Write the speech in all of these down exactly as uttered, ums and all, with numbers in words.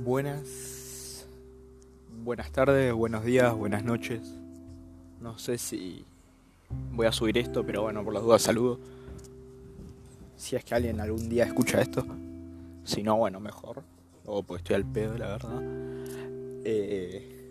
Buenas, buenas tardes, buenos días, buenas noches. No sé si voy a subir esto, pero bueno, por las dudas saludo. Si es que alguien algún día escucha esto. Si no, bueno, mejor. O porque estoy al pedo, la verdad. Eh,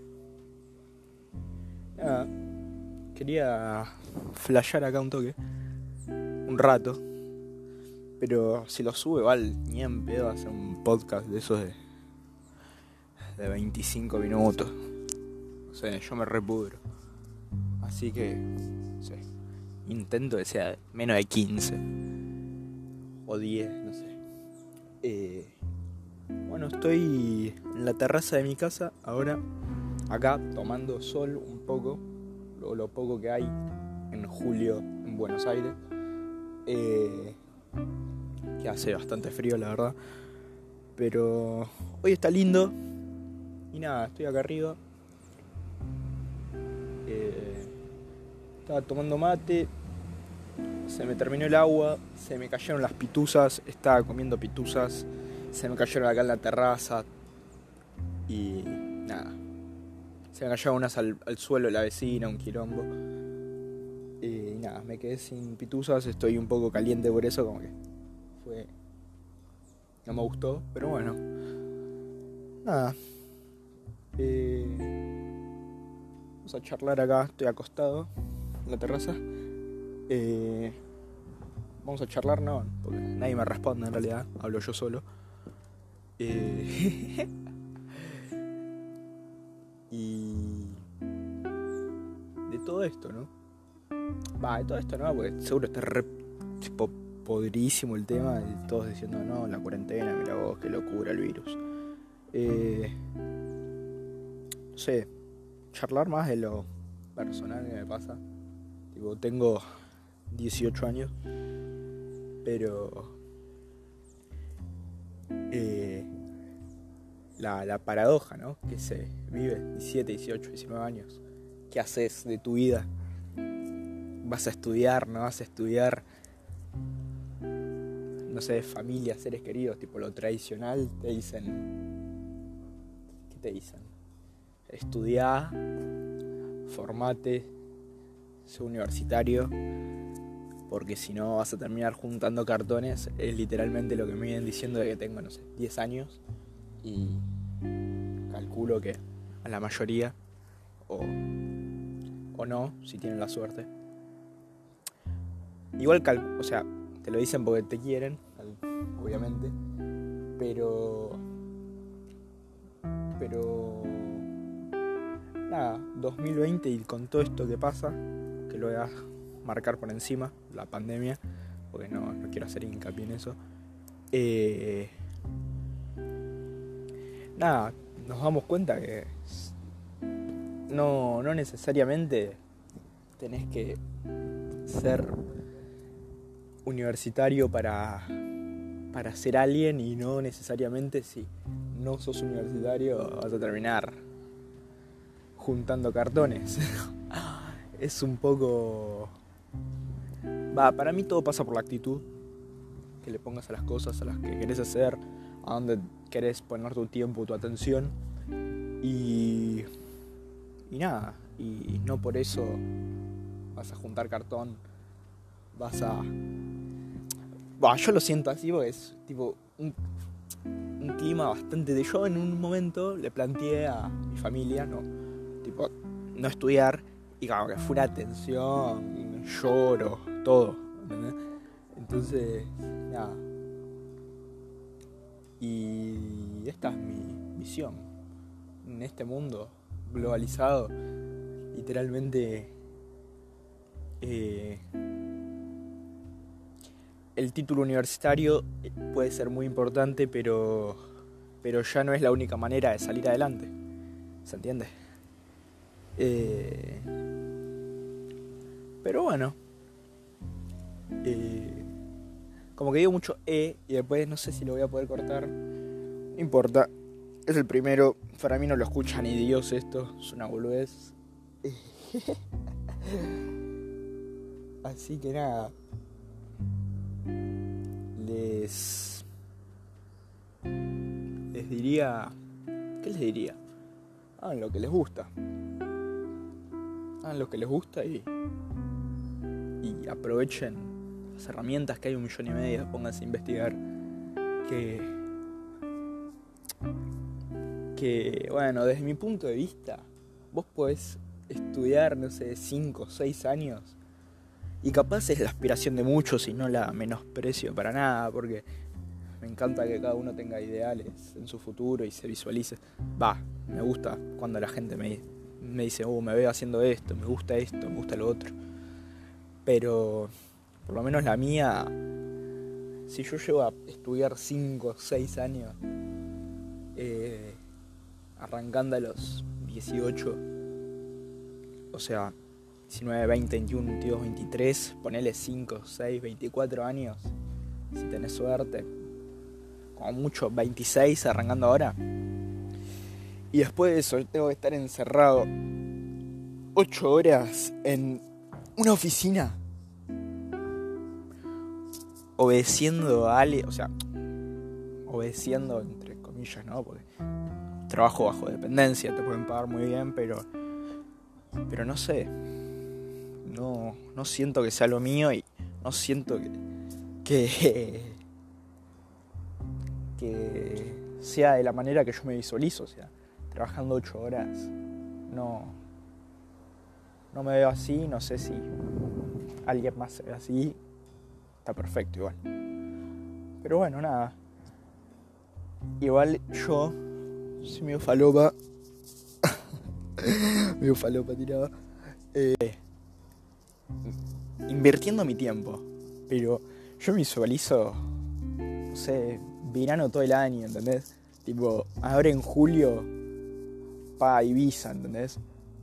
nada, quería flashear acá un toque. Un rato. Pero si lo sube, igual ni en pedo hacer un podcast de esos de, de veinticinco minutos. O sea, yo me repudro. Así que, no sé, intento que sea menos de quince o diez, no sé. Eh, bueno, estoy en la terraza de mi casa ahora, acá tomando sol un poco, lo, lo poco que hay en julio en Buenos Aires. Eh, que hace bastante frío, la verdad. Pero hoy está lindo. Y nada, estoy acá arriba. Eh, estaba tomando mate. Se me terminó el agua. Se me cayeron las pituzas. Estaba comiendo pituzas. Se me cayeron acá en la terraza. Y nada. Se me cayeron unas al, al suelo de la vecina, un quilombo. Y nada, me quedé sin pituzas. Estoy un poco caliente por eso, como que fue... No me gustó, pero bueno. Nada. Eh, vamos a charlar acá. Estoy acostado en la terraza. Eh, vamos a charlar, no, porque nadie me responde en realidad. Hablo yo solo. Eh, y de todo esto, ¿no? Va, de todo esto no, porque seguro está re tipo, podrísimo el tema. Y todos diciendo, no, la cuarentena, mira vos, qué locura el virus. Eh, no sé, charlar más de lo personal que me pasa. Tipo, tengo dieciocho años, pero eh, la, la paradoja, ¿no? Que se vive diecisiete, dieciocho, diecinueve años. ¿Qué haces de tu vida? ¿Vas a estudiar? ¿No vas a estudiar? No sé, familia, seres queridos, tipo lo tradicional. Te dicen, ¿qué te dicen? Estudiá, formate, sé universitario, porque si no vas a terminar juntando cartones. Es literalmente lo que me vienen diciendo de que tengo, no sé, diez años. Y calculo que a la mayoría, o, o no, si tienen la suerte. Igual, cal- o sea, te lo dicen porque te quieren, obviamente, pero... Pero... Nada, dos mil veinte y con todo esto que pasa, que lo voy a marcar por encima, la pandemia, porque no, no quiero hacer hincapié en eso. Eh, nada, nos damos cuenta que no, no necesariamente tenés que ser universitario para, para ser alguien, y no necesariamente si no sos universitario vas a terminar juntando cartones. Es un poco... Va, para mí todo pasa por la actitud que le pongas a las cosas, a las que querés hacer, a dónde querés poner tu tiempo, tu atención. Y... Y nada, y no por eso vas a juntar cartón, vas a... Bah, yo lo siento así porque es tipo un, un clima bastante de... Yo en un momento le planteé a mi familia, no, tipo, no estudiar, y como que fue una tensión, lloro, todo, ¿entendés? Entonces, nada. Y esta es mi visión. En este mundo globalizado, literalmente... Eh, el título universitario puede ser muy importante, pero, pero ya no es la única manera de salir adelante. ¿Se entiende? Eh, pero bueno, eh, como que digo mucho E y después no sé si lo voy a poder cortar. No importa, es el primero. Para mí no lo escucha ni Dios esto, es una boludez. Así que nada, les les diría ¿qué les diría? Hagan lo que les gusta. Hagan lo que les gusta y, y aprovechen las herramientas que hay un millón y medio. Pónganse a investigar. Que, que, bueno, desde mi punto de vista, vos podés estudiar, no sé, cinco o seis años. Y capaz es la aspiración de muchos y no la menosprecio para nada, porque me encanta que cada uno tenga ideales en su futuro y se visualice. Va, me gusta cuando la gente me, me dice, oh, me veo haciendo esto, me gusta esto, me gusta lo otro. Pero, por lo menos la mía, si yo llego a estudiar cinco o seis años, eh, arrancando a los dieciocho, o sea, diecinueve, veinte, veintiuno, veintidós, veintitrés, ponele cinco, seis, veinticuatro años, si tenés suerte, como mucho veintiséis arrancando ahora, y después de eso tengo que estar encerrado ocho horas en una oficina obedeciendo a alguien, o sea, obedeciendo entre comillas, ¿no? Porque trabajo bajo dependencia, te pueden pagar muy bien, pero pero no sé, no, no siento que sea lo mío y no siento que, que, que sea de la manera que yo me visualizo, o sea, trabajando ocho horas, no, no me veo así, no sé si alguien más se ve así, está perfecto igual. Pero bueno, nada, igual yo soy medio falopa, medio falopa tiraba, eh, invirtiendo mi tiempo, pero yo me visualizo, no sé, verano todo el año, ¿entendés? Tipo, ahora en julio, pa, Ibiza, ¿entendés?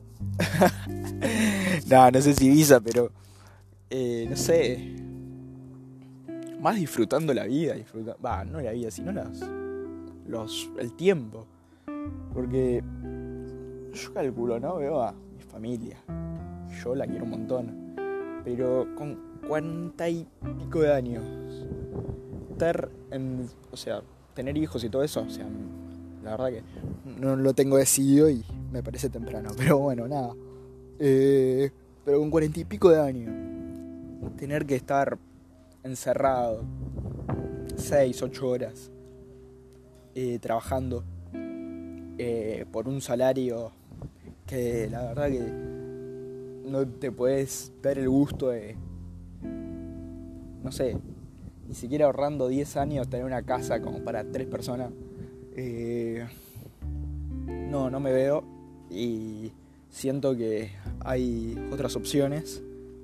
No, no sé si Ibiza, pero, eh, no sé, más disfrutando la vida, disfruta, va, no la vida, sino las, los, el tiempo, porque yo calculo, ¿no? Veo a mi familia, yo la quiero un montón, pero con cuarenta y pico de años, estar en, o sea, tener hijos y todo eso, o sea, la verdad que no lo tengo decidido y me parece temprano, pero bueno, nada, eh, pero con cuarenta y pico de años, tener que estar encerrado seis, ocho horas eh, trabajando eh, por un salario que la verdad que no te puedes dar el gusto de, no sé, ni siquiera ahorrando diez años tener una casa como para tres personas. Eh, no, no me veo y siento que hay otras opciones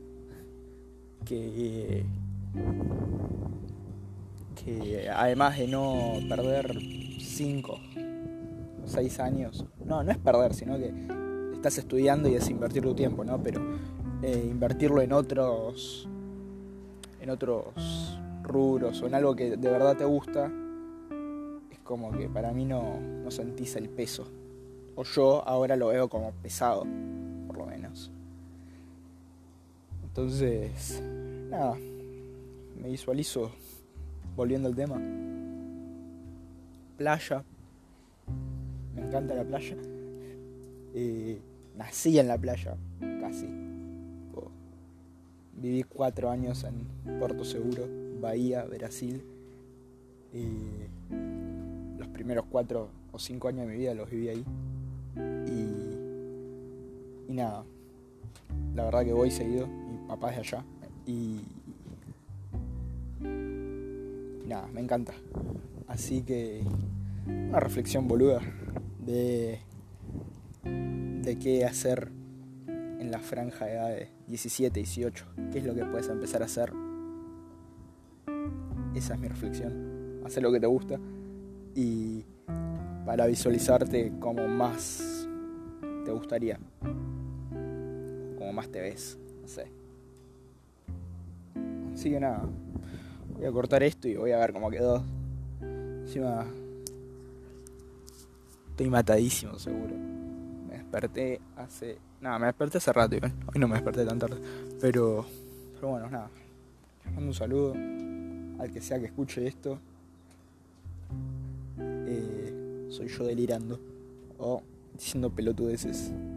que, que además de no perder cinco o seis años, no, no es perder, sino que estás estudiando y es invertir tu tiempo, ¿no? Pero eh, invertirlo en otros en otros rubros o en algo que de verdad te gusta, es como que para mí no, no sentís el peso, o yo ahora lo veo como pesado, por lo menos. Entonces, nada, me visualizo, volviendo al tema, playa, me encanta la playa, eh, nací en la playa, casi. Oh, viví cuatro años en Puerto Seguro, Bahía, Brasil, y los primeros cuatro o cinco años de mi vida los viví ahí. Y, y nada, la verdad que voy seguido, mi papá es de allá, y, y nada, me encanta. Así que una reflexión boluda de, de qué hacer en la franja de edad de diecisiete, dieciocho, qué es lo que puedes empezar a hacer. Esa es mi reflexión, hacer lo que te gusta y para visualizarte como más te gustaría, como más te ves, no sé. Así que nada, voy a cortar esto y voy a ver cómo quedó. Encima estoy matadísimo seguro. Me desperté hace... Nada, me desperté hace rato, igual. Hoy no me desperté tan tarde. Pero, pero bueno, nada. Les mando un saludo al que sea que escuche esto. Eh, soy yo delirando. o diciendo pelotudeces.